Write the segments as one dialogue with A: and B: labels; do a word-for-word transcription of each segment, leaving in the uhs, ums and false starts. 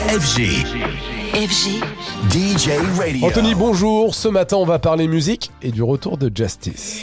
A: F G.
B: F G.
A: D J Radio.
C: Anthony, bonjour. Ce matin, on va parler musique et du retour de Justice.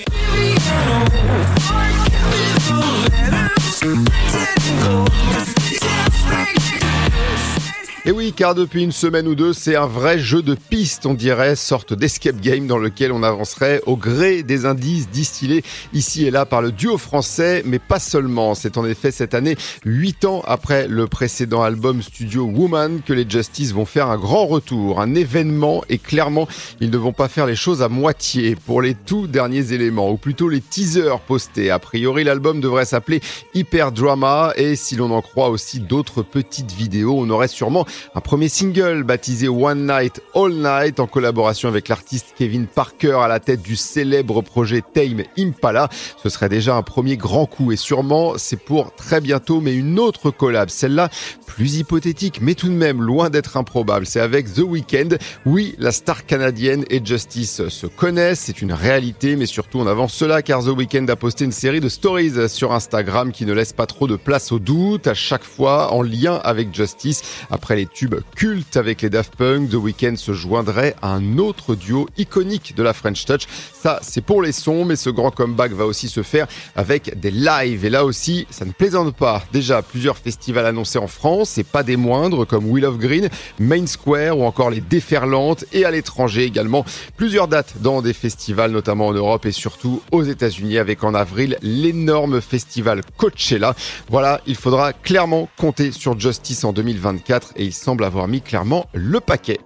D: Et oui, car depuis une semaine ou deux, c'est un vrai jeu de pistes, on dirait, sorte d'escape game dans lequel on avancerait au gré des indices distillés ici et là par le duo français, mais pas seulement. C'est en effet cette année, huit ans après le précédent album studio Woman, que les Justice vont faire un grand retour, un événement, et clairement, ils ne vont pas faire les choses à moitié pour les tout derniers éléments, ou plutôt les teasers postés. A priori, l'album devrait s'appeler Hyper Drama, et si l'on en croit aussi d'autres petites vidéos, on aurait sûrement un premier single baptisé One Night All Night en collaboration avec l'artiste Kevin Parker à la tête du célèbre projet Tame Impala. Ce serait déjà un premier grand coup et sûrement c'est pour très bientôt, mais une autre collab, celle-là plus hypothétique mais tout de même loin d'être improbable. C'est avec The Weeknd. Oui, la star canadienne et Justice se connaissent, c'est une réalité, mais surtout on avance cela car The Weeknd a posté une série de stories sur Instagram qui ne laisse pas trop de place au doute, à chaque fois en lien avec Justice. Après les tubes cultes avec les Daft Punk, The Weeknd se joindrait à un autre duo iconique de la French Touch. Ça, c'est pour les sons, mais ce grand comeback va aussi se faire avec des lives. Et là aussi, ça ne plaisante pas. Déjà, plusieurs festivals annoncés en France, et pas des moindres, comme Wheel of Green, Main Square ou encore les Déferlantes, et à l'étranger également. Plusieurs dates dans des festivals, notamment en Europe et surtout aux États-Unis, avec en avril l'énorme festival Coachella. Voilà, il faudra clairement compter sur Justice en deux mille vingt-quatre et il semble avoir mis clairement le paquet.